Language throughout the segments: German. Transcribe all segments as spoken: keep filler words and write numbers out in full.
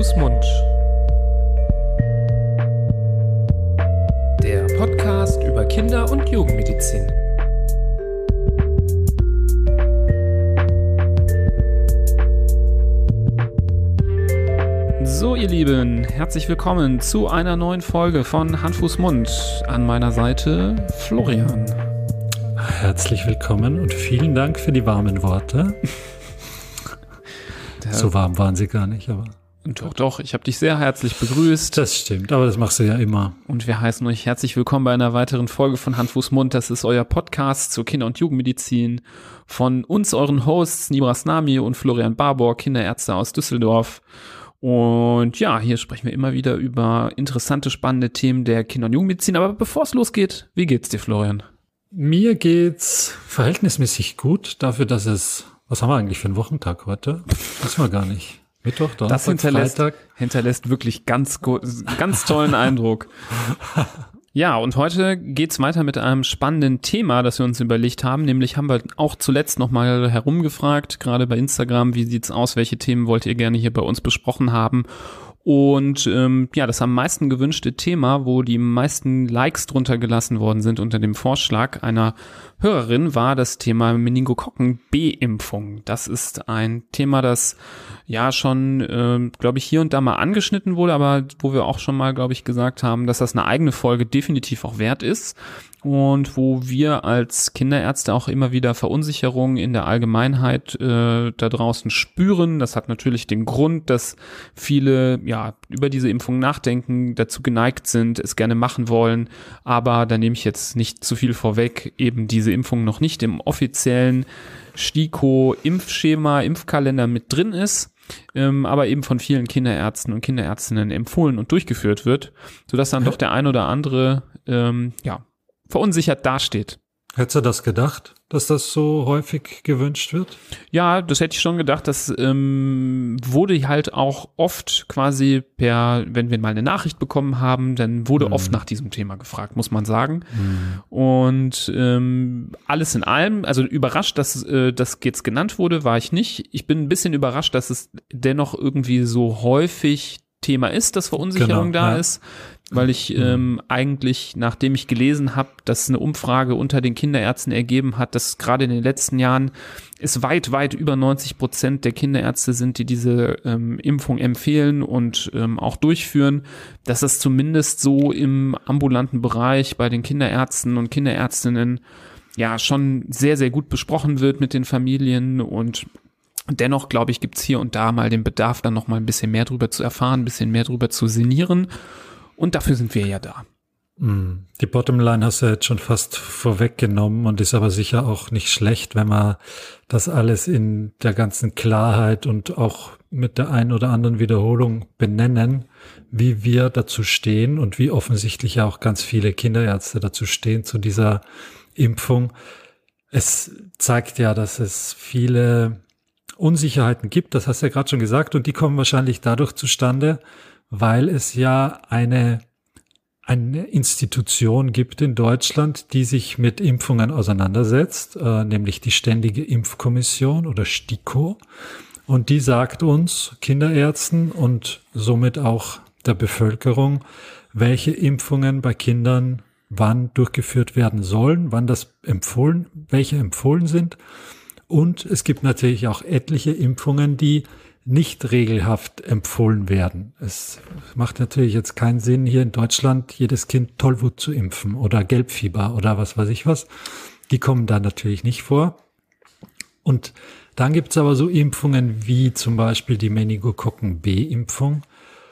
Fuß, Mund. Der Podcast über Kinder- und Jugendmedizin. So, ihr Lieben, herzlich willkommen zu einer neuen Folge von Hand, Fuß, Mund. An meiner Seite Florian. Herzlich willkommen und vielen Dank für die warmen Worte. Der so warm waren sie gar nicht, aber... Doch, doch, ich habe dich sehr herzlich begrüßt. Das stimmt, aber das machst du ja immer. Und wir heißen euch herzlich willkommen bei einer weiteren Folge von Hand, Fuß, Mund. Das ist euer Podcast zur Kinder- und Jugendmedizin von uns, euren Hosts Nibras Nami und Florian Barbour, Kinderärzte aus Düsseldorf. Und ja, hier sprechen wir immer wieder über interessante, spannende Themen der Kinder- und Jugendmedizin. Aber bevor es losgeht, wie geht's dir, Florian? Mir geht's verhältnismäßig gut, dafür, dass es, was haben wir eigentlich für einen Wochentag heute? Wissen wir gar nicht. Mittwoch, Donnerstag, das hinterlässt, Freitag. hinterlässt wirklich ganz, ganz tollen Eindruck. Ja, und heute geht's weiter mit einem spannenden Thema, das wir uns überlegt haben. Nämlich haben wir auch zuletzt nochmal herumgefragt, gerade bei Instagram, wie sieht's aus, welche Themen wollt ihr gerne hier bei uns besprochen haben? Und ähm, ja, das am meisten gewünschte Thema, wo die meisten Likes drunter gelassen worden sind unter dem Vorschlag einer Hörerin, war das Thema Meningokokken-B-Impfung. Das ist ein Thema, das ja schon, äh, glaube ich, hier und da mal angeschnitten wurde, aber wo wir auch schon mal, glaube ich, gesagt haben, dass das eine eigene Folge definitiv auch wert ist. Und wo wir als Kinderärzte auch immer wieder Verunsicherungen in der Allgemeinheit äh, da draußen spüren. Das hat natürlich den Grund, dass viele ja über diese Impfung nachdenken, dazu geneigt sind, es gerne machen wollen. Aber da nehme ich jetzt nicht zu viel vorweg, eben diese Impfung noch nicht im offiziellen STIKO-Impfschema, Impfkalender mit drin ist. Ähm, aber eben von vielen Kinderärzten und Kinderärztinnen empfohlen und durchgeführt wird, sodass dann doch der ein oder andere ähm, ja verunsichert dasteht. Hättest du das gedacht, dass das so häufig gewünscht wird? Ja, das hätte ich schon gedacht. Das ähm, wurde halt auch oft quasi per, wenn wir mal eine Nachricht bekommen haben, dann wurde mhm. oft nach diesem Thema gefragt, muss man sagen. Mhm. Und ähm, alles in allem, also überrascht, dass äh, das jetzt genannt wurde, war ich nicht. Ich bin ein bisschen überrascht, dass es dennoch irgendwie so häufig Thema ist, dass Verunsicherung genau, da ja. ist, weil ich ähm, eigentlich, nachdem ich gelesen habe, dass eine Umfrage unter den Kinderärzten ergeben hat, dass gerade in den letzten Jahren es weit, weit über neunzig Prozent der Kinderärzte sind, die diese ähm, Impfung empfehlen und ähm, auch durchführen, dass das zumindest so im ambulanten Bereich bei den Kinderärzten und Kinderärztinnen ja schon sehr, sehr gut besprochen wird mit den Familien. Und dennoch, glaube ich, gibt es hier und da mal den Bedarf, dann noch mal ein bisschen mehr drüber zu erfahren, ein bisschen mehr drüber zu sinnieren. Und dafür sind wir ja da. Die Bottomline hast du jetzt schon fast vorweggenommen und ist aber sicher auch nicht schlecht, wenn wir das alles in der ganzen Klarheit und auch mit der einen oder anderen Wiederholung benennen, wie wir dazu stehen und wie offensichtlich auch ganz viele Kinderärzte dazu stehen zu dieser Impfung. Es zeigt ja, dass es viele Unsicherheiten gibt, das hast du ja gerade schon gesagt, und die kommen wahrscheinlich dadurch zustande, weil es ja eine, eine Institution gibt in Deutschland, die sich mit Impfungen auseinandersetzt, äh, nämlich die Ständige Impfkommission oder STIKO. Und die sagt uns, Kinderärzten und somit auch der Bevölkerung, welche Impfungen bei Kindern wann durchgeführt werden sollen, wann das empfohlen, welche empfohlen sind. Und es gibt natürlich auch etliche Impfungen, die nicht regelhaft empfohlen werden. Es macht natürlich jetzt keinen Sinn, hier in Deutschland jedes Kind Tollwut zu impfen oder Gelbfieber oder was weiß ich was. Die kommen da natürlich nicht vor. Und dann gibt's aber so Impfungen wie zum Beispiel die Meningokokken-B-Impfung,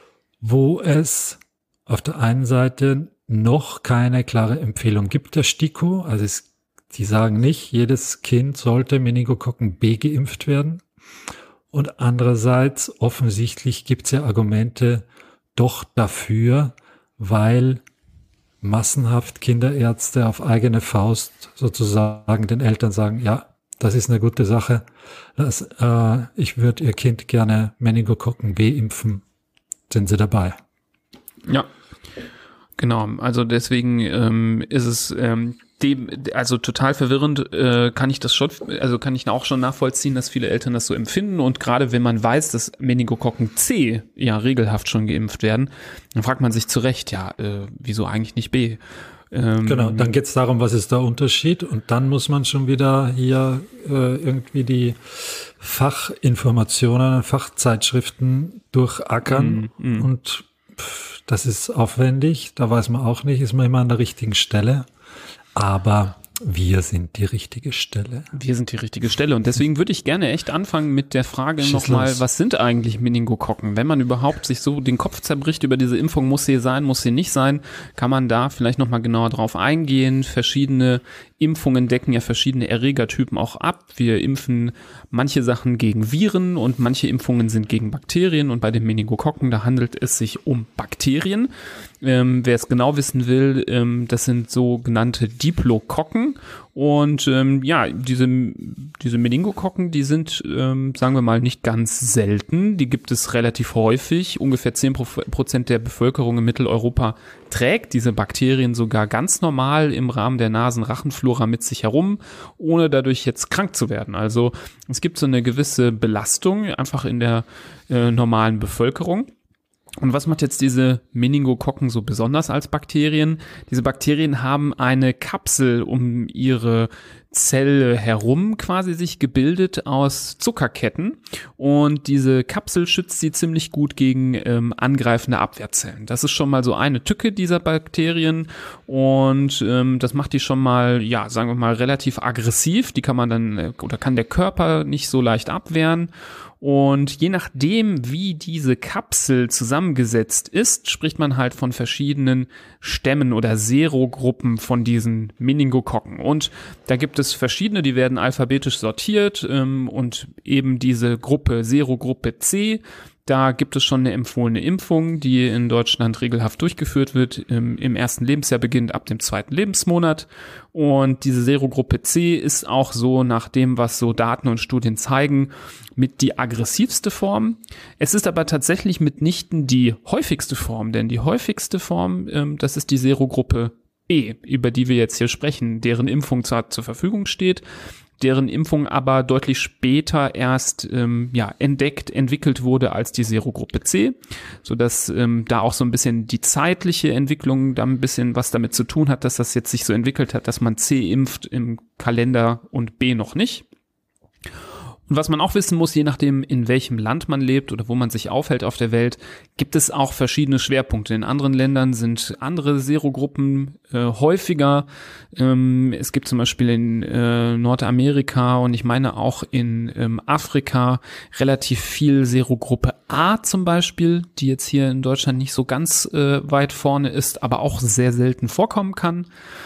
wo es auf der einen Seite noch keine klare Empfehlung gibt der STIKO. Also es, die sagen nicht, jedes Kind sollte Meningokokken-B geimpft werden. Und andererseits, offensichtlich gibt es ja Argumente doch dafür, weil massenhaft Kinderärzte auf eigene Faust sozusagen den Eltern sagen, ja, das ist eine gute Sache, das, äh, ich würde ihr Kind gerne Meningokokken-B impfen, sind sie dabei. Ja, genau, also deswegen ähm, ist es ähm, dem, also total verwirrend, äh, kann ich das schon, also kann ich auch schon nachvollziehen, dass viele Eltern das so empfinden, und gerade wenn man weiß, dass Meningokokken C ja regelhaft schon geimpft werden, dann fragt man sich zu Recht, ja, äh, wieso eigentlich nicht B? Ähm, genau, dann geht es darum, was ist der Unterschied, und dann muss man schon wieder hier äh, irgendwie die Fachinformationen, Fachzeitschriften durchackern mm, mm. und pff, das ist aufwendig, da weiß man auch nicht, ist man immer an der richtigen Stelle. Aber wir sind die richtige Stelle. Wir sind die richtige Stelle, und deswegen würde ich gerne echt anfangen mit der Frage nochmal, was sind eigentlich Meningokokken? Wenn man überhaupt sich so den Kopf zerbricht über diese Impfung, muss sie sein, muss sie nicht sein, kann man da vielleicht nochmal genauer drauf eingehen. Verschiedene Impfungen decken ja verschiedene Erregertypen auch ab. Wir impfen manche Sachen gegen Viren und manche Impfungen sind gegen Bakterien, und bei den Meningokokken, da handelt es sich um Bakterien. Ähm, wer es genau wissen will, ähm, das sind sogenannte Diplokokken, und ähm, ja, diese diese Meningokokken, die sind, ähm, sagen wir mal, nicht ganz selten. Die gibt es relativ häufig. Ungefähr zehn Prozent der Bevölkerung in Mitteleuropa trägt diese Bakterien sogar ganz normal im Rahmen der Nasen-Rachenflora mit sich herum, ohne dadurch jetzt krank zu werden. Also es gibt so eine gewisse Belastung einfach in der äh, normalen Bevölkerung. Und was macht jetzt diese Meningokokken so besonders als Bakterien? Diese Bakterien haben eine Kapsel um ihre Zelle herum quasi sich gebildet aus Zuckerketten, und diese Kapsel schützt sie ziemlich gut gegen ähm, angreifende Abwehrzellen. Das ist schon mal so eine Tücke dieser Bakterien, und ähm, das macht die schon mal, ja, sagen wir mal, relativ aggressiv. Die kann man dann, oder kann der Körper nicht so leicht abwehren. Und je nachdem, wie diese Kapsel zusammengesetzt ist, spricht man halt von verschiedenen Stämmen oder Serogruppen von diesen Meningokokken. Und da gibt es verschiedene, die werden alphabetisch sortiert, ähm, und eben diese Gruppe, Serogruppe C, da gibt es schon eine empfohlene Impfung, die in Deutschland regelhaft durchgeführt wird. Im, im ersten Lebensjahr beginnt ab dem zweiten Lebensmonat. Und diese Serogruppe C ist auch so, nach dem, was so Daten und Studien zeigen, mit die aggressivste Form. Es ist aber tatsächlich mitnichten die häufigste Form, denn die häufigste Form, ähm, das ist die Serogruppe B, über die wir jetzt hier sprechen, deren Impfung zwar zur Verfügung steht, deren Impfung aber deutlich später erst ähm, ja entdeckt, entwickelt wurde als die Serogruppe C, sodass ähm, da auch so ein bisschen die zeitliche Entwicklung da ein bisschen was damit zu tun hat, dass das jetzt sich so entwickelt hat, dass man C impft im Kalender und B noch nicht. Und was man auch wissen muss, je nachdem, in welchem Land man lebt oder wo man sich aufhält auf der Welt, gibt es auch verschiedene Schwerpunkte. In anderen Ländern sind andere Serogruppen äh, häufiger. Ähm, es gibt zum Beispiel in äh, Nordamerika und ich meine auch in ähm, Afrika relativ viel Serogruppe A zum Beispiel, die jetzt hier in Deutschland nicht so ganz äh, weit vorne ist, aber auch sehr selten vorkommen kann.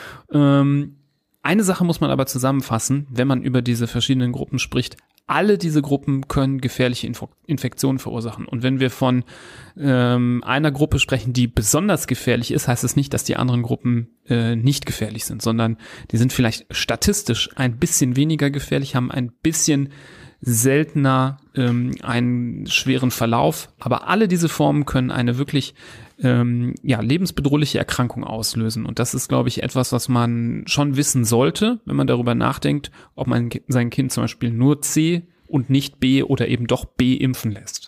Ähm, eine Sache muss man aber zusammenfassen, wenn man über diese verschiedenen Gruppen spricht. Alle diese Gruppen können gefährliche Info- Infektionen verursachen. Und wenn wir von ähm, einer Gruppe sprechen, die besonders gefährlich ist, heißt es nicht, dass die anderen Gruppen äh, nicht gefährlich sind, sondern die sind vielleicht statistisch ein bisschen weniger gefährlich, haben ein bisschen seltener ähm, einen schweren Verlauf. Aber alle diese Formen können eine wirklich ähm, ja, lebensbedrohliche Erkrankung auslösen. Und das ist, glaube ich, etwas, was man schon wissen sollte, wenn man darüber nachdenkt, ob man sein Kind zum Beispiel nur C und nicht B oder eben doch B impfen lässt.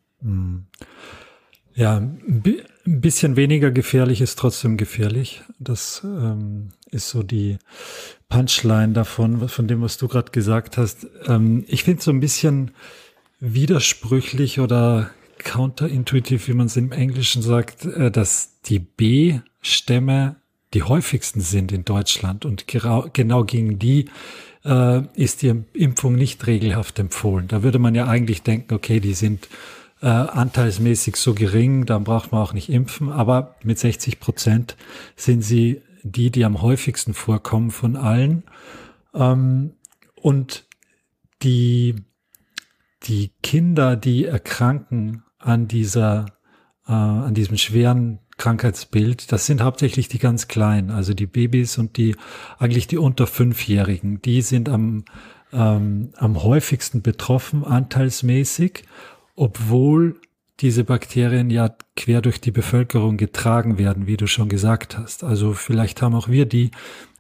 Ja, ein bisschen weniger gefährlich ist trotzdem gefährlich. Das ähm, ist so die Punchline davon, von dem, was du gerade gesagt hast. Ähm, ich finde es so ein bisschen widersprüchlich oder counterintuitiv, wie man es im Englischen sagt, äh, dass die B-Stämme die häufigsten sind in Deutschland, und gera- genau gegen die äh, ist die Impfung nicht regelhaft empfohlen. Da würde man ja eigentlich denken, okay, die sind äh, anteilsmäßig so gering, dann braucht man auch nicht impfen, aber mit sechzig Prozent sind sie die, die am häufigsten vorkommen von allen. Ähm, und die, die Kinder, die erkranken an dieser, äh, an diesem schweren Krankheitsbild, das sind hauptsächlich die ganz Kleinen, also die Babys und die, eigentlich die unter Fünfjährigen, die sind am, ähm, am häufigsten betroffen, anteilsmäßig, obwohl diese Bakterien ja quer durch die Bevölkerung getragen werden, wie du schon gesagt hast. Also vielleicht haben auch wir die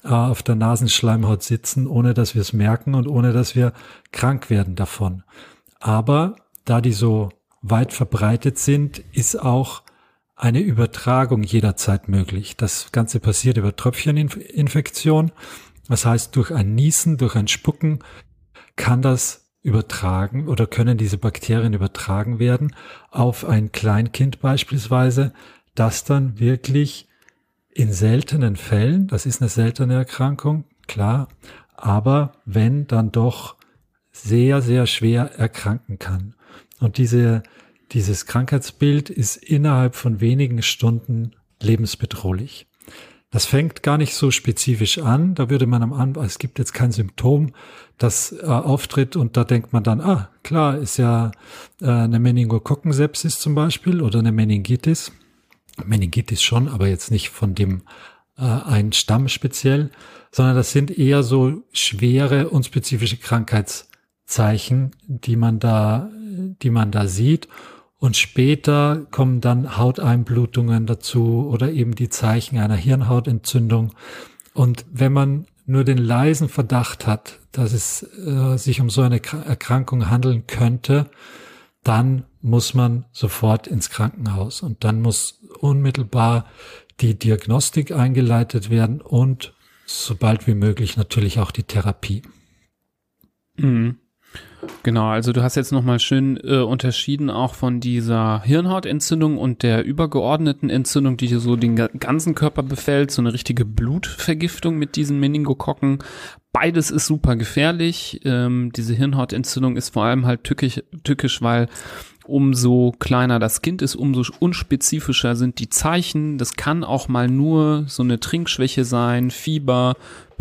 äh, auf der Nasenschleimhaut sitzen, ohne dass wir es merken und ohne dass wir krank werden davon. Aber da die so weit verbreitet sind, ist auch eine Übertragung jederzeit möglich. Das Ganze passiert über Tröpfcheninfektion. Das heißt, durch ein Niesen, durch ein Spucken kann das übertragen oder können diese Bakterien übertragen werden auf ein Kleinkind beispielsweise, das dann wirklich in seltenen Fällen, das ist eine seltene Erkrankung, klar, aber wenn dann doch sehr, sehr schwer erkranken kann. Und diese, dieses Krankheitsbild ist innerhalb von wenigen Stunden lebensbedrohlich. Das fängt gar nicht so spezifisch an. Da würde man am Anfang, es gibt jetzt kein Symptom, das äh, auftritt und da denkt man dann, ah, klar, ist ja äh, eine Meningokokkensepsis zum Beispiel oder eine Meningitis. Meningitis schon, aber jetzt nicht von dem äh, einen Stamm speziell, sondern das sind eher so schwere, unspezifische Krankheitszeichen, die man da, die man da sieht. Und später kommen dann Hauteinblutungen dazu oder eben die Zeichen einer Hirnhautentzündung. Und wenn man nur den leisen Verdacht hat, dass es äh, sich um so eine Erkrankung handeln könnte, dann muss man sofort ins Krankenhaus. Und dann muss unmittelbar die Diagnostik eingeleitet werden und sobald wie möglich natürlich auch die Therapie. Mhm. Genau, also du hast jetzt nochmal schön äh, unterschieden auch von dieser Hirnhautentzündung und der übergeordneten Entzündung, die so den ganzen Körper befällt, so eine richtige Blutvergiftung mit diesen Meningokokken. Beides ist super gefährlich. Ähm, diese Hirnhautentzündung ist vor allem halt tückisch, tückisch, weil umso kleiner das Kind ist, umso unspezifischer sind die Zeichen. Das kann auch mal nur so eine Trinkschwäche sein, Fieber,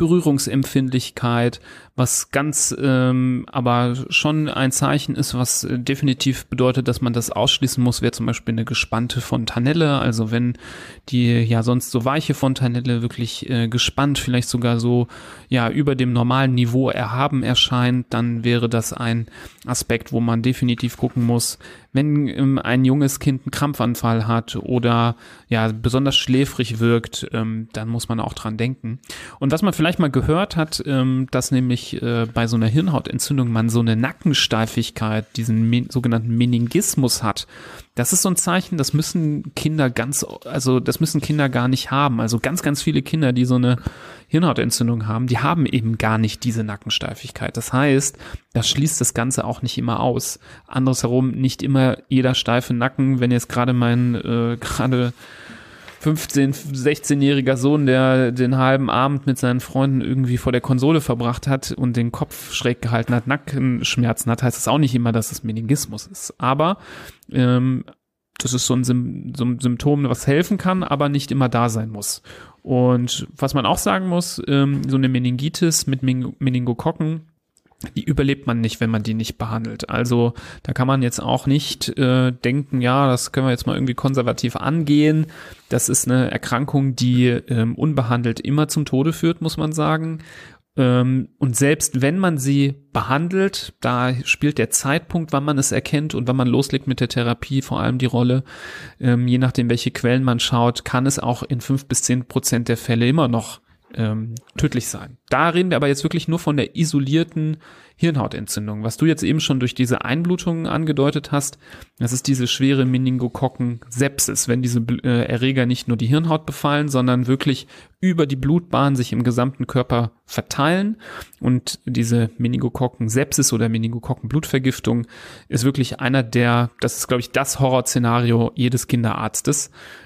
Berührungsempfindlichkeit, was ganz ähm, aber schon ein Zeichen ist, was äh, definitiv bedeutet, dass man das ausschließen muss, wäre zum Beispiel eine gespannte Fontanelle. Also wenn die ja sonst so weiche Fontanelle wirklich äh, gespannt, vielleicht sogar so ja über dem normalen Niveau erhaben erscheint, dann wäre das ein Aspekt, wo man definitiv gucken muss. Wenn ähm, ein junges Kind einen Krampfanfall hat oder ja besonders schläfrig wirkt, ähm, dann muss man auch dran denken. Und was man vielleicht mal gehört hat, ähm, dass nämlich äh, bei so einer Hirnhautentzündung man so eine Nackensteifigkeit, diesen men- sogenannten Meningismus hat. Das ist so ein Zeichen, das müssen Kinder ganz, also das müssen Kinder gar nicht haben. Also ganz, ganz viele Kinder, die so eine Hirnhautentzündung haben, die haben eben gar nicht diese Nackensteifigkeit. Das heißt, das schließt das Ganze auch nicht immer aus. Andersherum, nicht immer jeder steife Nacken, wenn jetzt gerade mein äh, gerade fünfzehn-, sechzehnjähriger Sohn, der den halben Abend mit seinen Freunden irgendwie vor der Konsole verbracht hat und den Kopf schräg gehalten hat, Nackenschmerzen hat, heißt das auch nicht immer, dass es Meningismus ist. Aber ähm, das ist so ein, Sym- so ein Symptom, was helfen kann, aber nicht immer da sein muss. Und was man auch sagen muss, ähm, so eine Meningitis mit Men- Meningokokken, die überlebt man nicht, wenn man die nicht behandelt. Also da kann man jetzt auch nicht äh, denken, ja, das können wir jetzt mal irgendwie konservativ angehen. Das ist eine Erkrankung, die ähm, unbehandelt immer zum Tode führt, muss man sagen. Ähm, und selbst wenn man sie behandelt, da spielt der Zeitpunkt, wann man es erkennt und wann man loslegt mit der Therapie vor allem die Rolle. Ähm, je nachdem, welche Quellen man schaut, kann es auch in fünf bis zehn Prozent der Fälle immer noch Ähm, tödlich sein. Da reden wir aber jetzt wirklich nur von der isolierten Hirnhautentzündung. Was du jetzt eben schon durch diese Einblutungen angedeutet hast, das ist diese schwere Meningokokken-Sepsis, wenn diese äh, Erreger nicht nur die Hirnhaut befallen, sondern wirklich über die Blutbahn sich im gesamten Körper verteilen. Und diese Meningokokken-Sepsis oder Meningokokken-Blutvergiftung ist wirklich einer der, das ist glaube ich das Horrorszenario jedes Kinderarztes.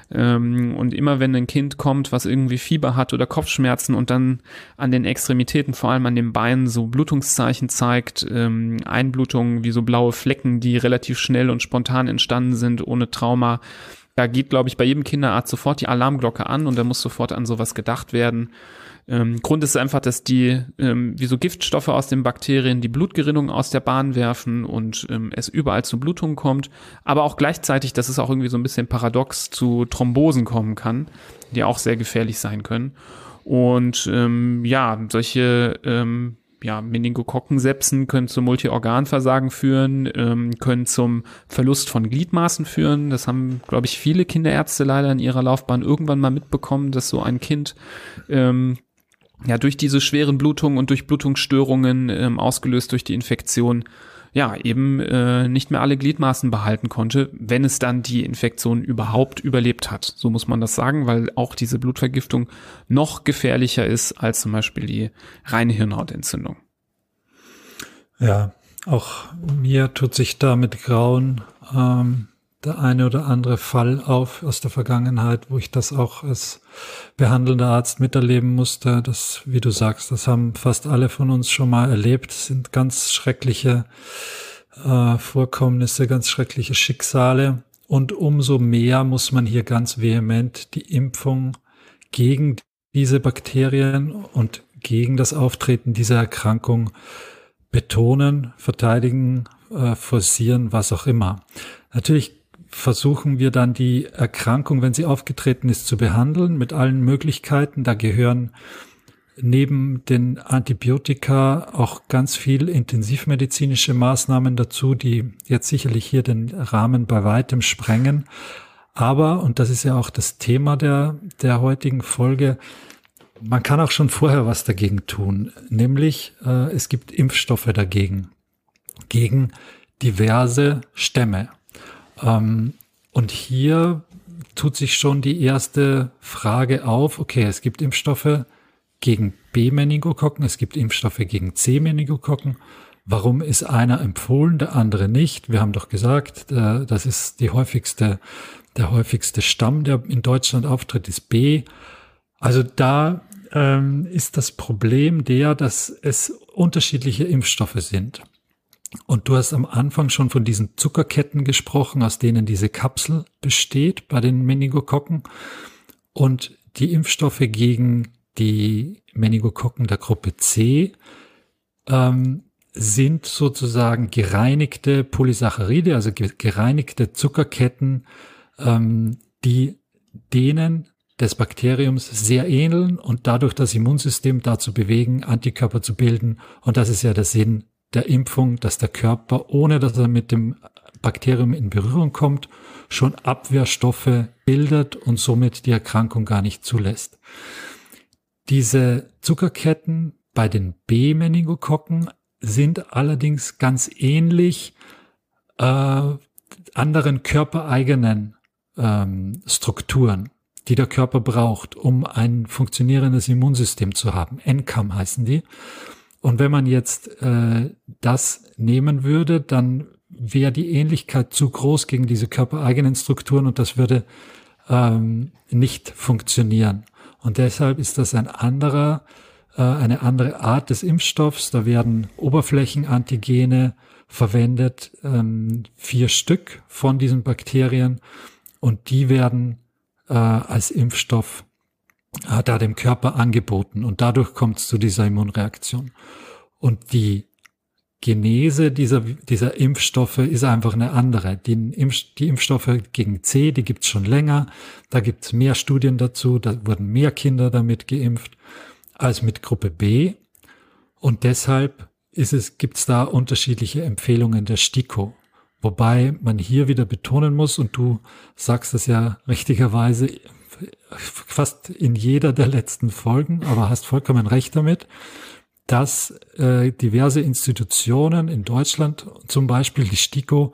Ähm, und immer wenn ein Kind kommt, was irgendwie Fieber hat oder Kopfschmerzen und dann an den Extremitäten, vor allem an den Beinen, so Blutungszeichen zeigt, ähm, Einblutungen wie so blaue Flecken, die relativ schnell und spontan entstanden sind, ohne Trauma, da geht, glaube ich, bei jedem Kinderarzt sofort die Alarmglocke an und da muss sofort an sowas gedacht werden. Ähm, Grund ist einfach, dass die ähm, wie so Giftstoffe aus den Bakterien die Blutgerinnung aus der Bahn werfen und ähm, es überall zu Blutungen kommt, aber auch gleichzeitig, dass es auch irgendwie so ein bisschen paradox zu Thrombosen kommen kann, die auch sehr gefährlich sein können. Und ähm, ja, solche ähm, ja, Meningokokken-Sepsen können zum Multiorganversagen führen, ähm, können zum Verlust von Gliedmaßen führen. Das haben, glaube ich, viele Kinderärzte leider in ihrer Laufbahn irgendwann mal mitbekommen, dass so ein Kind ähm, ja durch diese schweren Blutungen und durch Blutungsstörungen ähm, ausgelöst durch die Infektion ja eben äh, nicht mehr alle Gliedmaßen behalten konnte, wenn es dann die Infektion überhaupt überlebt hat. So muss man das sagen, weil auch diese Blutvergiftung noch gefährlicher ist als zum Beispiel die reine Hirnhautentzündung. Ja, auch mir tut sich da mit Grauen ähm, der eine oder andere Fall auf aus der Vergangenheit, wo ich das auch als behandelnder Arzt miterleben musste. Das, wie du sagst, das haben fast alle von uns schon mal erlebt. Das sind ganz schreckliche äh, Vorkommnisse, ganz schreckliche Schicksale. Und umso mehr muss man hier ganz vehement die Impfung gegen diese Bakterien und gegen das Auftreten dieser Erkrankung betonen, verteidigen, äh, forcieren, was auch immer. Natürlich versuchen wir dann die Erkrankung, wenn sie aufgetreten ist, zu behandeln mit allen Möglichkeiten. Da gehören neben den Antibiotika auch ganz viel intensivmedizinische Maßnahmen dazu, die jetzt sicherlich hier den Rahmen bei weitem sprengen. Aber, und das ist ja auch das Thema der, der heutigen Folge, man kann auch schon vorher was dagegen tun. Nämlich, äh, es gibt Impfstoffe dagegen, gegen diverse Stämme. Ähm, und hier tut sich schon die erste Frage auf, okay, es gibt Impfstoffe gegen B-Meningokokken, es gibt Impfstoffe gegen C-Meningokokken. Warum ist einer empfohlen, der andere nicht? Wir haben doch gesagt, äh, das ist die häufigste, der häufigste Stamm, der in Deutschland auftritt, ist B. Also da ähm, ist das Problem der, dass es unterschiedliche Impfstoffe sind. Und du hast am Anfang schon von diesen Zuckerketten gesprochen, aus denen diese Kapsel besteht bei den Meningokokken. Und die Impfstoffe gegen die Meningokokken der Gruppe C ähm, sind sozusagen gereinigte Polysaccharide, also gereinigte Zuckerketten, ähm, die denen des Bakteriums sehr ähneln und dadurch das Immunsystem dazu bewegen, Antikörper zu bilden. Und das ist ja der Sinn der Impfung, dass der Körper, ohne dass er mit dem Bakterium in Berührung kommt, schon Abwehrstoffe bildet und somit die Erkrankung gar nicht zulässt. Diese Zuckerketten bei den B-Meningokokken sind allerdings ganz ähnlich äh, anderen körpereigenen ähm, Strukturen, die der Körper braucht, um ein funktionierendes Immunsystem zu haben. N C A M heißen die. Und wenn man jetzt äh, das nehmen würde, dann wäre die Ähnlichkeit zu groß gegen diese körpereigenen Strukturen und das würde ähm, nicht funktionieren. Und deshalb ist das ein anderer, äh, eine andere Art des Impfstoffs. Da werden Oberflächenantigene verwendet, ähm, vier Stück von diesen Bakterien, und die werden äh, als Impfstoff äh, da dem Körper angeboten, und dadurch kommt es zu dieser Immunreaktion. Und die Genese dieser, dieser Impfstoffe ist einfach eine andere. Die, Impf, die Impfstoffe gegen C, die gibt's schon länger. Da gibt's mehr Studien dazu. Da wurden mehr Kinder damit geimpft als mit Gruppe B. Und deshalb ist es, gibt's da unterschiedliche Empfehlungen der STIKO. Wobei man hier wieder betonen muss, und du sagst es ja richtigerweise fast in jeder der letzten Folgen, aber hast vollkommen recht damit, dass äh, diverse Institutionen in Deutschland, zum Beispiel die STIKO,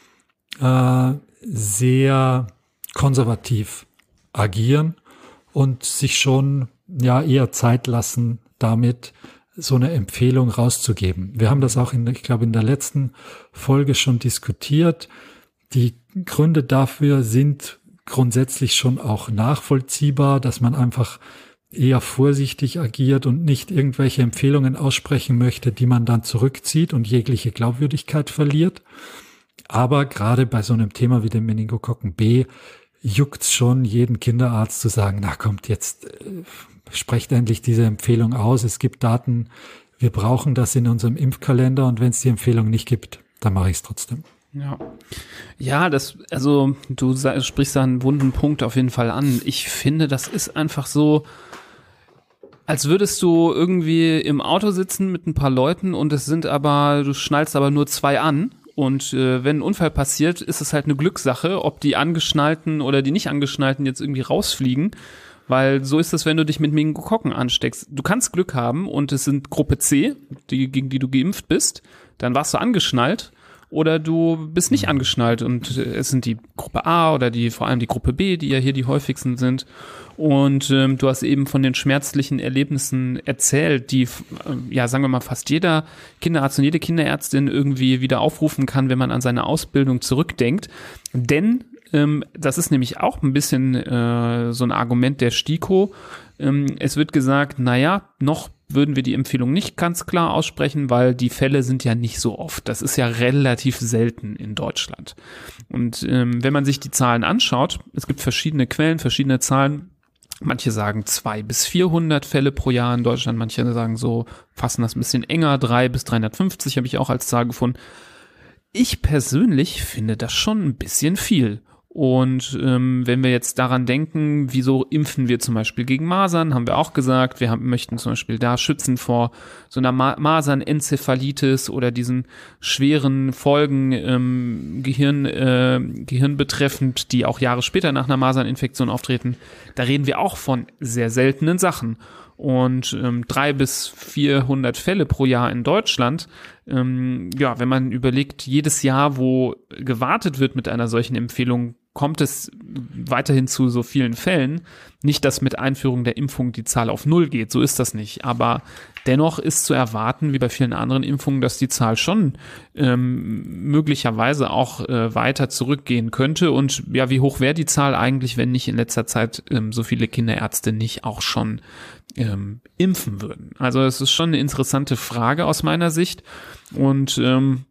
äh, sehr konservativ agieren und sich schon ja eher Zeit lassen, damit so eine Empfehlung rauszugeben. Wir haben das auch in, ich glaube, in der letzten Folge schon diskutiert. Die Gründe dafür sind grundsätzlich schon auch nachvollziehbar, dass man einfach eher vorsichtig agiert und nicht irgendwelche Empfehlungen aussprechen möchte, die man dann zurückzieht und jegliche Glaubwürdigkeit verliert. Aber gerade bei so einem Thema wie dem Meningokokken B juckt's schon jeden Kinderarzt zu sagen, na kommt, jetzt äh, sprecht endlich diese Empfehlung aus. Es gibt Daten, wir brauchen das in unserem Impfkalender, und wenn es die Empfehlung nicht gibt, dann mache ich es trotzdem. Ja, ja, das, also du sprichst da einen wunden Punkt auf jeden Fall an. Ich finde, das ist einfach so, als würdest du irgendwie im Auto sitzen mit ein paar Leuten und es sind aber, du schnallst aber nur zwei an. Und äh, wenn ein Unfall passiert, ist es halt eine Glückssache, ob die Angeschnallten oder die nicht Angeschnallten jetzt irgendwie rausfliegen, Weil so ist es, wenn du dich mit Meningokokken ansteckst. Du kannst Glück haben und es sind Gruppe C, die, gegen die du geimpft bist, dann warst du angeschnallt. Oder du bist nicht angeschnallt und es sind die Gruppe A oder die vor allem die Gruppe B, die ja hier die häufigsten sind. Und ähm, du hast eben von den schmerzlichen Erlebnissen erzählt, die, äh, ja, sagen wir mal, fast jeder Kinderarzt und jede Kinderärztin irgendwie wieder aufrufen kann, wenn man an seine Ausbildung zurückdenkt. Denn ähm, das ist nämlich auch ein bisschen äh, so ein Argument der STIKO. Ähm, es wird gesagt, naja, noch würden wir die Empfehlung nicht ganz klar aussprechen, weil die Fälle sind ja nicht so oft. Das ist ja relativ selten in Deutschland. Und ähm, wenn man sich die Zahlen anschaut, es gibt verschiedene Quellen, verschiedene Zahlen. Manche sagen zwei bis vierhundert Fälle pro Jahr in Deutschland. Manche sagen so, fassen das ein bisschen enger, drei bis dreihundertfünfzig habe ich auch als Zahl gefunden. Ich persönlich finde das schon ein bisschen viel. Und ähm, wenn wir jetzt daran denken, wieso impfen wir zum Beispiel gegen Masern, haben wir auch gesagt, wir haben, möchten zum Beispiel da schützen vor so einer Ma- Masernenzephalitis oder diesen schweren Folgen ähm, Gehirn, äh, Gehirn betreffend, die auch Jahre später nach einer Maserninfektion auftreten. Da reden wir auch von sehr seltenen Sachen. Und ähm, drei bis vierhundert Fälle pro Jahr in Deutschland. Ähm, ja, wenn man überlegt, jedes Jahr, wo gewartet wird mit einer solchen Empfehlung, kommt es weiterhin zu so vielen Fällen. Nicht, dass mit Einführung der Impfung die Zahl auf Null geht, so ist das nicht. Aber dennoch ist zu erwarten, wie bei vielen anderen Impfungen, dass die Zahl schon ähm, möglicherweise auch äh, weiter zurückgehen könnte. Und ja, wie hoch wäre die Zahl eigentlich, wenn nicht in letzter Zeit ähm, so viele Kinderärzte nicht auch schon ähm, impfen würden? Also es ist schon eine interessante Frage aus meiner Sicht. Und ähm,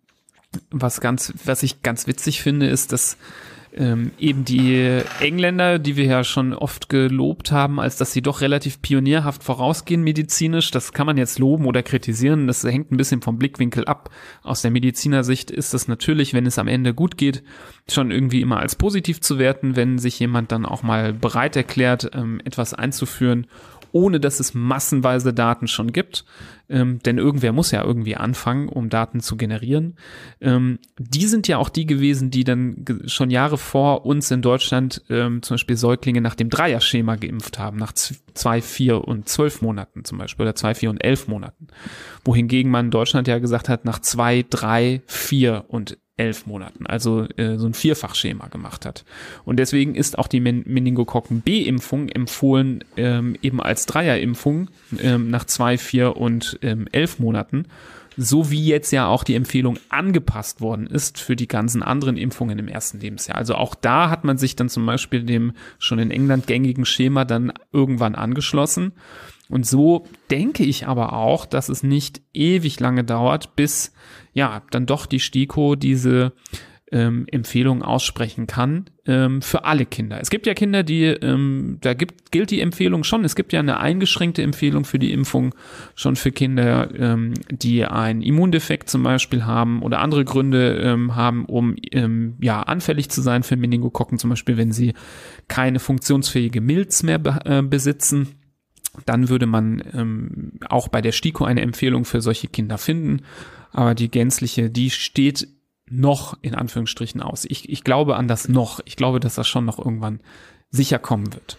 was ganz, was ich ganz witzig finde, ist, dass Ähm, eben die Engländer, die wir ja schon oft gelobt haben, als dass sie doch relativ pionierhaft vorausgehen medizinisch, das kann man jetzt loben oder kritisieren, das hängt ein bisschen vom Blickwinkel ab. Aus der Medizinersicht ist das natürlich, wenn es am Ende gut geht, schon irgendwie immer als positiv zu werten, wenn sich jemand dann auch mal bereit erklärt, ähm, etwas einzuführen, ohne dass es massenweise Daten schon gibt. Ähm, denn irgendwer muss ja irgendwie anfangen, um Daten zu generieren. Ähm, die sind ja auch die gewesen, die dann ge- schon Jahre vor uns in Deutschland ähm, zum Beispiel Säuglinge nach dem Dreier-Schema geimpft haben, nach z- zwei, vier und zwölf Monaten zum Beispiel oder zwei, vier und elf Monaten. Wohingegen man in Deutschland ja gesagt hat, nach zwei, drei, vier und elf Monaten, also äh, so ein Vierfachschema gemacht hat. Und deswegen ist auch die Men- Meningokokken-B-Impfung empfohlen, ähm, eben als Dreierimpfung ähm, nach zwei, vier und ähm, elf Monaten, so wie jetzt ja auch die Empfehlung angepasst worden ist für die ganzen anderen Impfungen im ersten Lebensjahr. Also auch da hat man sich dann zum Beispiel dem schon in England gängigen Schema dann irgendwann angeschlossen. Und so denke ich aber auch, dass es nicht ewig lange dauert, bis ja dann doch die STIKO diese ähm, Empfehlung aussprechen kann ähm, für alle Kinder. Es gibt ja Kinder, die, ähm, da gibt, gilt die Empfehlung schon. Es gibt ja eine eingeschränkte Empfehlung für die Impfung schon für Kinder, ähm, die einen Immundefekt zum Beispiel haben oder andere Gründe ähm, haben, um ähm, ja anfällig zu sein für Meningokokken, zum Beispiel wenn sie keine funktionsfähige Milz mehr be- äh, besitzen. Dann würde man ähm, auch bei der STIKO eine Empfehlung für solche Kinder finden. Aber die gänzliche, die steht noch in Anführungsstrichen aus. Ich, ich glaube an das noch. Ich glaube, dass das schon noch irgendwann sicher kommen wird.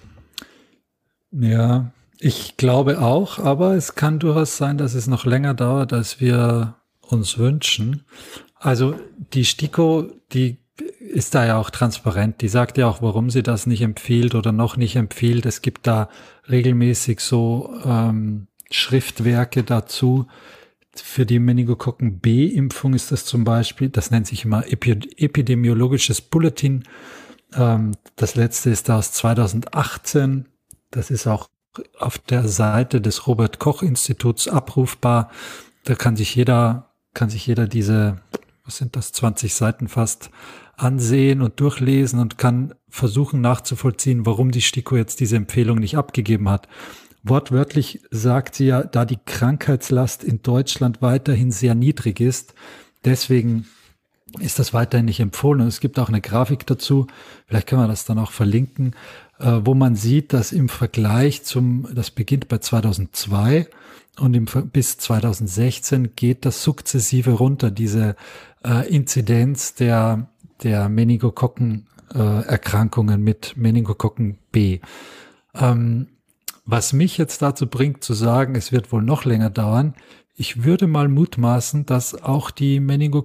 Ja, ich glaube auch, aber es kann durchaus sein, dass es noch länger dauert, als wir uns wünschen. Also die STIKO, die ist da ja auch transparent. Die sagt ja auch, warum sie das nicht empfiehlt oder noch nicht empfiehlt. Es gibt da regelmäßig so ähm, Schriftwerke dazu. Für die Meningokokken-B-Impfung ist das zum Beispiel, das nennt sich immer Epi- epidemiologisches Bulletin. Ähm, das letzte ist da aus zweitausendachtzehn. Das ist auch auf der Seite des Robert-Koch-Instituts abrufbar. Da kann sich jeder, kann sich jeder diese, was sind das, zwanzig Seiten fast, ansehen und durchlesen und kann versuchen nachzuvollziehen, warum die STIKO jetzt diese Empfehlung nicht abgegeben hat. Wortwörtlich sagt sie ja, da die Krankheitslast in Deutschland weiterhin sehr niedrig ist, deswegen ist das weiterhin nicht empfohlen. Und es gibt auch eine Grafik dazu, vielleicht können wir das dann auch verlinken, äh, wo man sieht, dass im Vergleich zum, das beginnt bei zweitausendzwei und im, bis zweitausendsechzehn geht das sukzessive runter, diese äh, Inzidenz der, der Meningokokken äh, Erkrankungen mit Meningokokken B. Ähm, was mich jetzt dazu bringt zu sagen, es wird wohl noch länger dauern, ich würde mal mutmaßen, dass auch die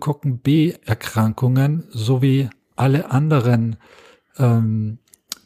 Meningokokken-B-Erkrankungen sowie alle anderen ähm,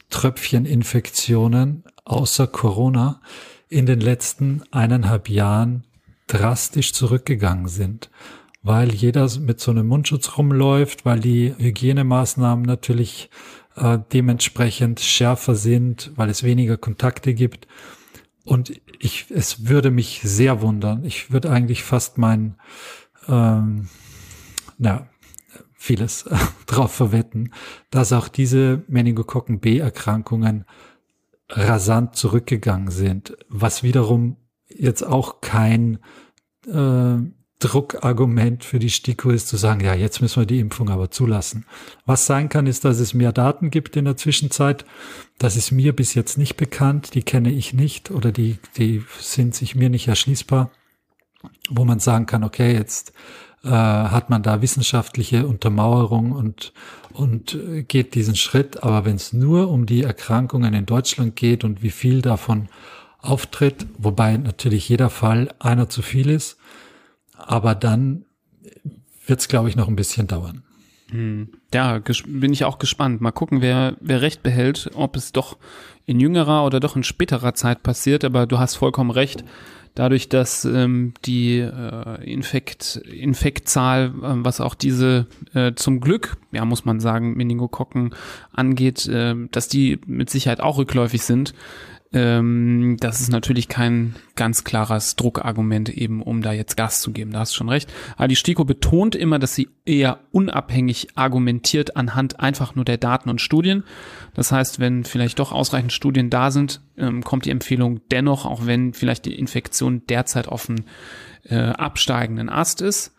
Tröpfcheninfektionen außer Corona in den letzten eineinhalb Jahren drastisch zurückgegangen sind, weil jeder mit so einem Mundschutz rumläuft, weil die Hygienemaßnahmen natürlich äh, dementsprechend schärfer sind, weil es weniger Kontakte gibt. Und ich, es würde mich sehr wundern. Ich würde eigentlich fast mein, ähm, na, vieles drauf verwetten, dass auch diese Meningokokken-B-Erkrankungen rasant zurückgegangen sind, was wiederum jetzt auch kein äh, Druckargument für die STIKO ist, zu sagen, ja, jetzt müssen wir die Impfung aber zulassen. Was sein kann, ist, dass es mehr Daten gibt in der Zwischenzeit. Das ist mir bis jetzt nicht bekannt, die kenne ich nicht oder die, die sind sich mir nicht erschließbar, wo man sagen kann, okay, jetzt äh, hat man da wissenschaftliche Untermauerung und und äh, geht diesen Schritt. Aber wenn es nur um die Erkrankungen in Deutschland geht und wie viel davon auftritt, wobei natürlich jeder Fall einer zu viel ist, aber dann wird es, glaube ich, noch ein bisschen dauern. Ja, bin ich auch gespannt. Mal gucken, wer, wer recht behält, ob es doch in jüngerer oder doch in späterer Zeit passiert. Aber du hast vollkommen recht. Dadurch, dass ähm, die äh, Infekt, Infektzahl, äh, was auch diese äh, zum Glück, ja muss man sagen, Meningokokken angeht, äh, dass die mit Sicherheit auch rückläufig sind, ähm, das ist natürlich kein ganz klares Druckargument eben, um da jetzt Gas zu geben. Da hast du schon recht. Aber die STIKO betont immer, dass sie eher unabhängig argumentiert anhand einfach nur der Daten und Studien. Das heißt, wenn vielleicht doch ausreichend Studien da sind, ähm, kommt die Empfehlung dennoch, auch wenn vielleicht die Infektion derzeit auf einen äh, absteigenden Ast ist.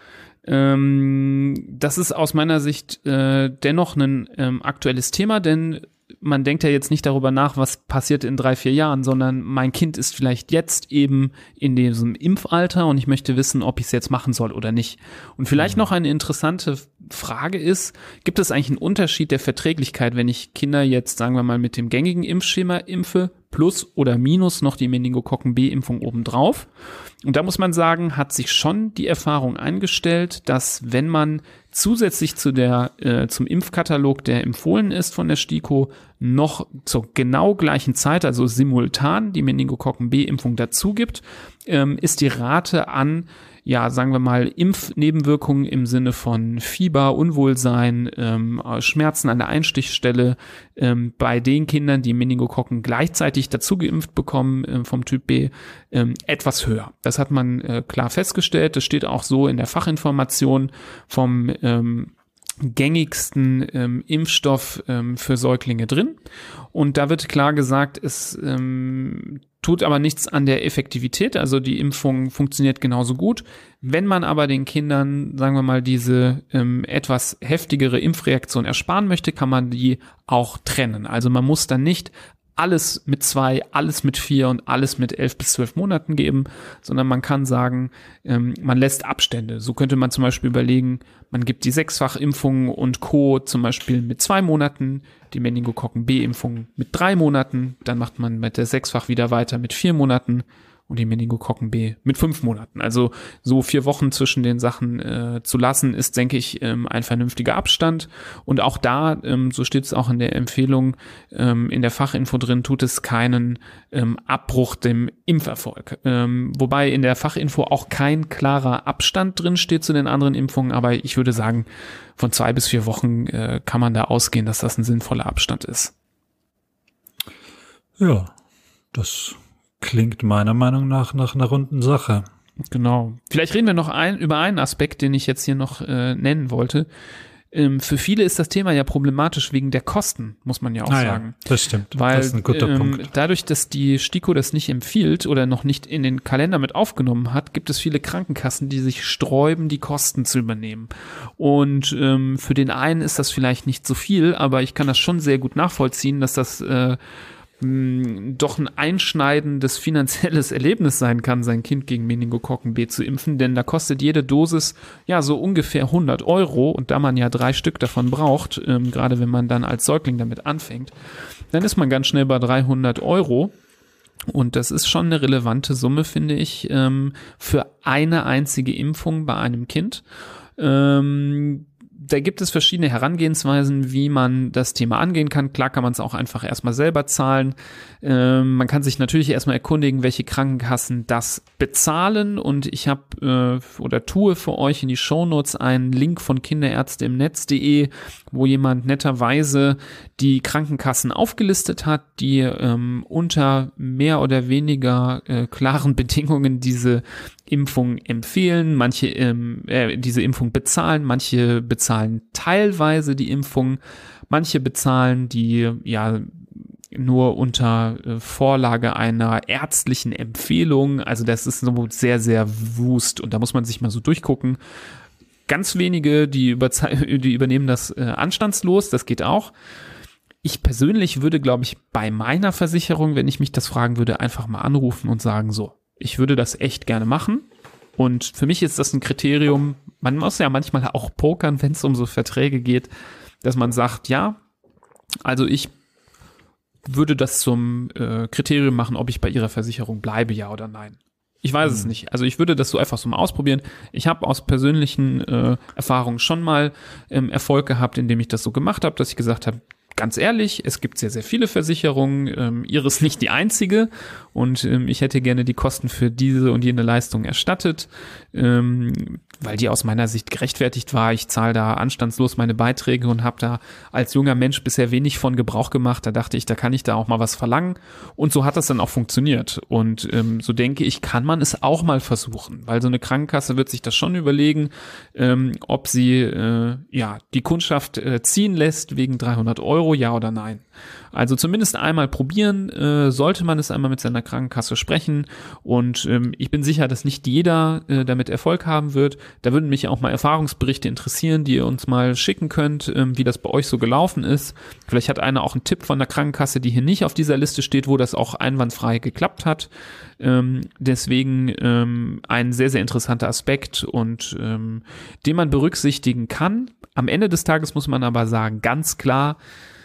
Ähm, das ist aus meiner Sicht äh, dennoch ein ähm, aktuelles Thema, denn man denkt ja jetzt nicht darüber nach, was passiert in drei, vier Jahren, sondern mein Kind ist vielleicht jetzt eben in diesem Impfalter und ich möchte wissen, ob ich es jetzt machen soll oder nicht. Und vielleicht mhm. noch eine interessante Frage ist, gibt es eigentlich einen Unterschied der Verträglichkeit, wenn ich Kinder jetzt, sagen wir mal, mit dem gängigen Impfschema impfe, plus oder minus noch die Meningokokken-B-Impfung obendrauf? Und da muss man sagen, hat sich schon die Erfahrung eingestellt, dass wenn man zusätzlich zu der äh, zum Impfkatalog, der empfohlen ist von der STIKO, noch zur genau gleichen Zeit, also simultan, die Meningokokken-B-Impfung dazu gibt, ähm, ist die Rate an, ja, sagen wir mal, Impfnebenwirkungen im Sinne von Fieber, Unwohlsein, ähm, Schmerzen an der Einstichstelle ähm, bei den Kindern, die Meningokokken gleichzeitig dazu geimpft bekommen ähm, vom Typ B, ähm, etwas höher. Das hat man äh, klar festgestellt. Das steht auch so in der Fachinformation vom ähm, gängigsten ähm, Impfstoff ähm, für Säuglinge drin. Und da wird klar gesagt, es ähm, tut aber nichts an der Effektivität, also die Impfung funktioniert genauso gut. Wenn man aber den Kindern, sagen wir mal, diese ähm, etwas heftigere Impfreaktion ersparen möchte, kann man die auch trennen. Also man muss dann nicht alles mit zwei, alles mit vier und alles mit elf bis zwölf Monaten geben, sondern man kann sagen, ähm, man lässt Abstände. So könnte man zum Beispiel überlegen, man gibt die Sechsfachimpfung und Co. zum Beispiel mit zwei Monaten, die Meningokokken-B-Impfung mit drei Monaten, dann macht man mit der Sechsfach wieder weiter mit vier Monaten und die Meningokokken-B mit fünf Monaten. Also so vier Wochen zwischen den Sachen äh, zu lassen, ist, denke ich, ähm, ein vernünftiger Abstand. Und auch da, ähm, so steht es auch in der Empfehlung, ähm, in der Fachinfo drin, tut es keinen ähm, Abbruch dem Impferfolg. Ähm, wobei in der Fachinfo auch kein klarer Abstand drin steht zu den anderen Impfungen, aber ich würde sagen, von zwei bis vier Wochen äh, kann man da ausgehen, dass das ein sinnvoller Abstand ist. Ja, das klingt meiner Meinung nach nach einer runden Sache. Genau. Vielleicht reden wir noch ein, über einen Aspekt, den ich jetzt hier noch äh, nennen wollte. Ähm, für viele ist das Thema ja problematisch wegen der Kosten, muss man ja auch ah, sagen. Ja, das stimmt. Weil das ist ein guter ähm, Punkt. Dadurch, dass die STIKO das nicht empfiehlt oder noch nicht in den Kalender mit aufgenommen hat, gibt es viele Krankenkassen, die sich sträuben, die Kosten zu übernehmen. Und ähm, für den einen ist das vielleicht nicht so viel, aber ich kann das schon sehr gut nachvollziehen, dass das äh, mh, doch ein einschneidendes finanzielles Erlebnis sein kann, sein Kind gegen Meningokokken B zu impfen, denn da kostet jede Dosis ja so ungefähr hundert Euro und da man ja drei Stück davon braucht, ähm, gerade wenn man dann als Säugling damit anfängt, dann ist man ganz schnell bei dreihundert Euro. Und das ist schon eine relevante Summe, finde ich, ähm, für eine einzige Impfung bei einem Kind. Ähm, da gibt es verschiedene Herangehensweisen, wie man das Thema angehen kann. Klar kann man es auch einfach erstmal selber zahlen. Ähm, man kann sich natürlich erstmal erkundigen, welche Krankenkassen das bezahlen. Und ich habe äh, oder tue für euch in die Shownotes einen Link von kinderärzte im Netz punkt de, wo jemand netterweise die Krankenkassen aufgelistet hat, die ähm, unter mehr oder weniger äh, klaren Bedingungen diese Impfung empfehlen, manche ähm, äh, diese Impfung bezahlen, manche bezahlen teilweise die Impfung, manche bezahlen die ja nur unter äh, Vorlage einer ärztlichen Empfehlung, also das ist so sehr, sehr wust und da muss man sich mal so durchgucken. Ganz wenige, die, überze- die übernehmen das äh, anstandslos, das geht auch. Ich persönlich würde, glaube ich, bei meiner Versicherung, wenn ich mich das fragen würde, einfach mal anrufen und sagen, so, ich würde das echt gerne machen. Und für mich ist das ein Kriterium, man muss ja manchmal auch pokern, wenn es um so Verträge geht, dass man sagt, ja, also ich würde das zum äh, Kriterium machen, ob ich bei Ihrer Versicherung bleibe, ja oder nein. Ich weiß mhm. es nicht. Also ich würde das so einfach so mal ausprobieren. Ich habe aus persönlichen äh, Erfahrungen schon mal ähm, Erfolg gehabt, indem ich das so gemacht habe, dass ich gesagt habe, ganz ehrlich, es gibt sehr, sehr viele Versicherungen, ähm, Ihre ist nicht die einzige und ähm, ich hätte gerne die Kosten für diese und jene Leistung erstattet, ähm, weil die aus meiner Sicht gerechtfertigt war. Ich zahle da anstandslos meine Beiträge und habe da als junger Mensch bisher wenig von Gebrauch gemacht. Da dachte ich, da kann ich da auch mal was verlangen und so hat das dann auch funktioniert und ähm, so denke ich, kann man es auch mal versuchen, weil so eine Krankenkasse wird sich das schon überlegen, ähm, ob sie äh, ja die Kundschaft äh, ziehen lässt wegen dreihundert Euro, ja oder nein. Also zumindest einmal probieren, äh, sollte man es einmal mit seiner Krankenkasse sprechen und ähm, ich bin sicher, dass nicht jeder äh, damit Erfolg haben wird. Da würden mich auch mal Erfahrungsberichte interessieren, die ihr uns mal schicken könnt, ähm, wie das bei euch so gelaufen ist. Vielleicht hat einer auch einen Tipp von der Krankenkasse, die hier nicht auf dieser Liste steht, wo das auch einwandfrei geklappt hat. Ähm, deswegen ähm, ein sehr, sehr interessanter Aspekt und ähm, den man berücksichtigen kann. Am Ende des Tages muss man aber sagen, ganz klar,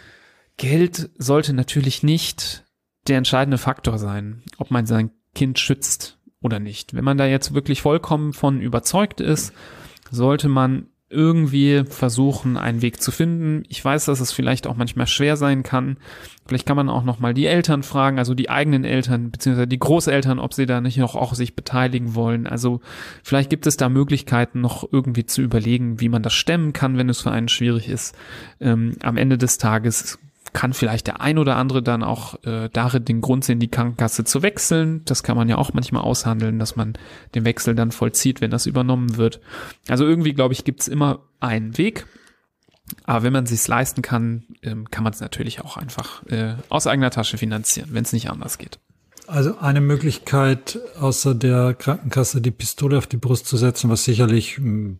Geld sollte natürlich nicht der entscheidende Faktor sein, ob man sein Kind schützt oder nicht. Wenn man da jetzt wirklich vollkommen von überzeugt ist, sollte man irgendwie versuchen, einen Weg zu finden. Ich weiß, dass es vielleicht auch manchmal schwer sein kann. Vielleicht kann man auch noch mal die Eltern fragen, also die eigenen Eltern beziehungsweise die Großeltern, ob sie da nicht noch auch sich beteiligen wollen. Also vielleicht gibt es da Möglichkeiten, noch irgendwie zu überlegen, wie man das stemmen kann, wenn es für einen schwierig ist. Ähm, am Ende des Tages kann vielleicht der ein oder andere dann auch äh, darin den Grund sehen, die Krankenkasse zu wechseln. Das kann man ja auch manchmal aushandeln, dass man den Wechsel dann vollzieht, wenn das übernommen wird. Also irgendwie, glaube ich, gibt es immer einen Weg. Aber wenn man es sich leisten kann, ähm, kann man es natürlich auch einfach äh, aus eigener Tasche finanzieren, wenn es nicht anders geht. Also eine Möglichkeit, außer der Krankenkasse die Pistole auf die Brust zu setzen, was sicherlich mh,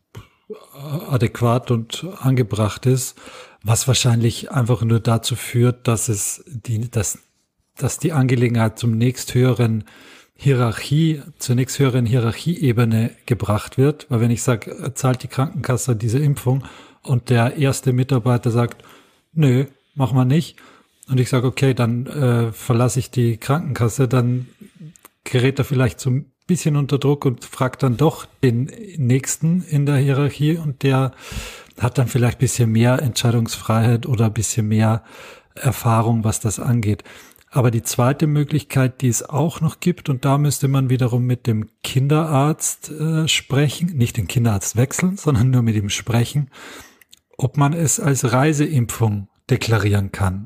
adäquat und angebracht ist, was wahrscheinlich einfach nur dazu führt, dass es die, dass, dass die Angelegenheit zum nächsthöheren Hierarchie, zur nächsthöheren Hierarchieebene gebracht wird. Weil wenn ich sage, zahlt die Krankenkasse diese Impfung und der erste Mitarbeiter sagt, nö, machen wir nicht. Und ich sage, okay, dann äh, verlasse ich die Krankenkasse, dann gerät er vielleicht so ein bisschen unter Druck und fragt dann doch den Nächsten in der Hierarchie und der hat dann vielleicht ein bisschen mehr Entscheidungsfreiheit oder ein bisschen mehr Erfahrung, was das angeht. Aber die zweite Möglichkeit, die es auch noch gibt, und da müsste man wiederum mit dem Kinderarzt äh, sprechen, nicht den Kinderarzt wechseln, sondern nur mit ihm sprechen, ob man es als Reiseimpfung deklarieren kann.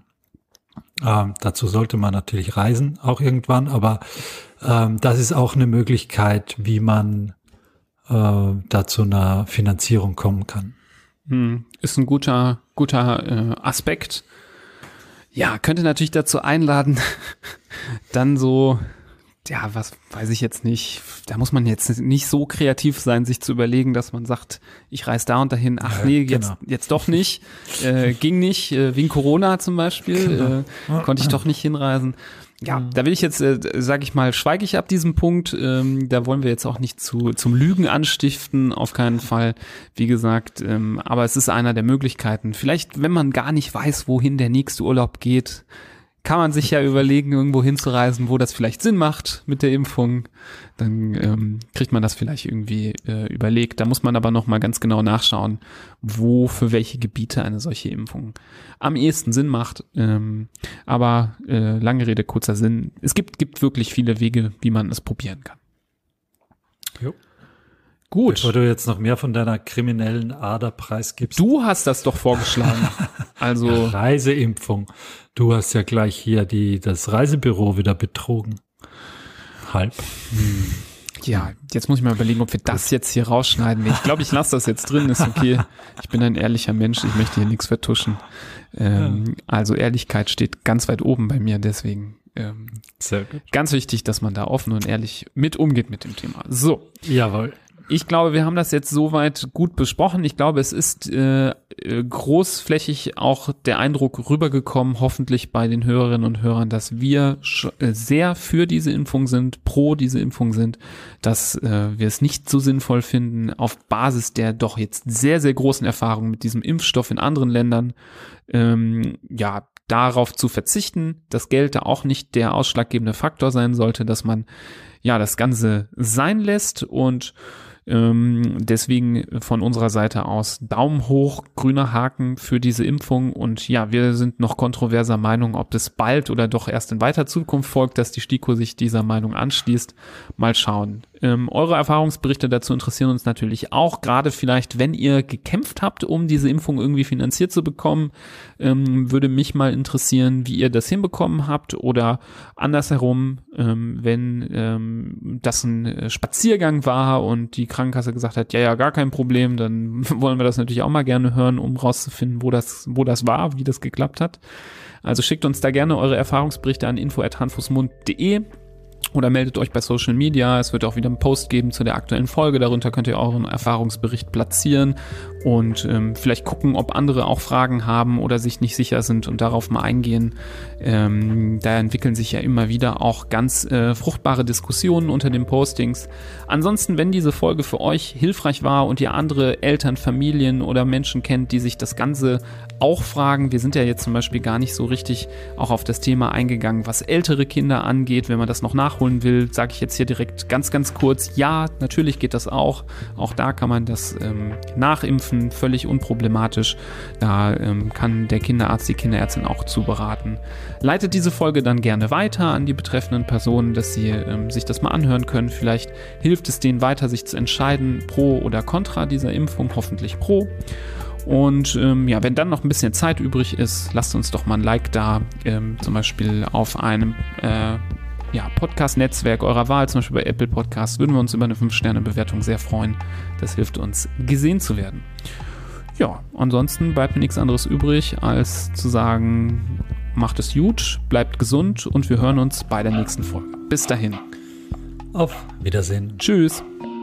Ähm, dazu sollte man natürlich reisen, auch irgendwann, aber ähm, das ist auch eine Möglichkeit, wie man äh, da zu einer Finanzierung kommen kann. Hm, ist ein guter, guter äh, Aspekt. Ja, könnte natürlich dazu einladen, dann so ja, was weiß ich jetzt nicht. Da muss man jetzt nicht so kreativ sein, sich zu überlegen, dass man sagt, ich reise da und dahin. Ach nee, jetzt, genau. jetzt doch nicht. Äh, ging nicht. Äh, wegen Corona zum Beispiel. Genau. Äh, konnte ich doch nicht hinreisen. Ja, da will ich jetzt, äh, sage ich mal, schweige ich ab diesem Punkt. Ähm, da wollen wir jetzt auch nicht zu zum Lügen anstiften, auf keinen Fall. Wie gesagt, ähm, aber es ist einer der Möglichkeiten. Vielleicht, wenn man gar nicht weiß, wohin der nächste Urlaub geht, kann man sich ja überlegen, irgendwo hinzureisen, wo das vielleicht Sinn macht mit der Impfung. Dann ähm, kriegt man das vielleicht irgendwie äh, überlegt. Da muss man aber nochmal ganz genau nachschauen, wo für welche Gebiete eine solche Impfung am ehesten Sinn macht. Ähm, aber äh, lange Rede, kurzer Sinn. Es gibt, gibt wirklich viele Wege, wie man es probieren kann. Jo. Gut. Bevor du jetzt noch mehr von deiner kriminellen Ader preisgibst. Du hast das doch vorgeschlagen. Also ja, Reiseimpfung. Du hast ja gleich hier die das Reisebüro wieder betrogen. Halb. Hm. Ja, jetzt muss ich mal überlegen, ob wir das jetzt hier rausschneiden. Ich glaube, ich lasse das jetzt drin, ist okay. Ich bin ein ehrlicher Mensch, ich möchte hier nichts vertuschen. Ähm, ja. Also Ehrlichkeit steht ganz weit oben bei mir, deswegen ähm, sehr gut. Ganz wichtig, dass man da offen und ehrlich mit umgeht mit dem Thema. So. Jawohl. Ich glaube, wir haben das jetzt soweit gut besprochen. Ich glaube, es ist äh, großflächig auch der Eindruck rübergekommen, hoffentlich bei den Hörerinnen und Hörern, dass wir sehr für diese Impfung sind, pro diese Impfung sind, dass äh, wir es nicht so sinnvoll finden, auf Basis der doch jetzt sehr, sehr großen Erfahrung mit diesem Impfstoff in anderen Ländern, ähm, ja, darauf zu verzichten. Das Geld da auch nicht der ausschlaggebende Faktor sein sollte, dass man ja das Ganze sein lässt und Ähm, deswegen von unserer Seite aus Daumen hoch, grüner Haken für diese Impfung und ja, wir sind noch kontroverser Meinung, ob das bald oder doch erst in weiter Zukunft folgt, dass die STIKO sich dieser Meinung anschließt. Mal schauen. Ähm, eure Erfahrungsberichte dazu interessieren uns natürlich auch, gerade vielleicht, wenn ihr gekämpft habt, um diese Impfung irgendwie finanziert zu bekommen, ähm, würde mich mal interessieren, wie ihr das hinbekommen habt oder andersherum, ähm, wenn ähm, das ein Spaziergang war und die Krankenkasse gesagt hat, ja, ja, gar kein Problem, dann wollen wir das natürlich auch mal gerne hören, um rauszufinden, wo das, wo das war, wie das geklappt hat. Also schickt uns da gerne eure Erfahrungsberichte an info at handfußmund punkt de oder meldet euch bei Social Media. Es wird auch wieder einen Post geben zu der aktuellen Folge. Darunter könnt ihr euren Erfahrungsbericht platzieren und ähm, vielleicht gucken, ob andere auch Fragen haben oder sich nicht sicher sind und darauf mal eingehen. Ähm, da entwickeln sich ja immer wieder auch ganz äh, fruchtbare Diskussionen unter den Postings. Ansonsten, wenn diese Folge für euch hilfreich war und ihr andere Eltern, Familien oder Menschen kennt, die sich das Ganze auch fragen, wir sind ja jetzt zum Beispiel gar nicht so richtig auch auf das Thema eingegangen, was ältere Kinder angeht, wenn man das noch nachholen will, sage ich jetzt hier direkt ganz, ganz kurz, ja, natürlich geht das auch. Auch da kann man das ähm, nachimpfen, völlig unproblematisch. Da ähm, kann der Kinderarzt, die Kinderärztin auch zu beraten. Leitet diese Folge dann gerne weiter an die betreffenden Personen, dass sie ähm, sich das mal anhören können. Vielleicht hilft es denen weiter, sich zu entscheiden, pro oder contra dieser Impfung, hoffentlich pro. Und ähm, ja, wenn dann noch ein bisschen Zeit übrig ist, lasst uns doch mal ein Like da, ähm, zum Beispiel auf einem äh, ja, Podcast-Netzwerk eurer Wahl, zum Beispiel bei Apple Podcasts, würden wir uns über eine fünf Sterne Bewertung sehr freuen. Das hilft uns, gesehen zu werden. Ja, ansonsten bleibt mir nichts anderes übrig, als zu sagen, macht es gut, bleibt gesund und wir hören uns bei der nächsten Folge. Bis dahin. Auf Wiedersehen. Tschüss.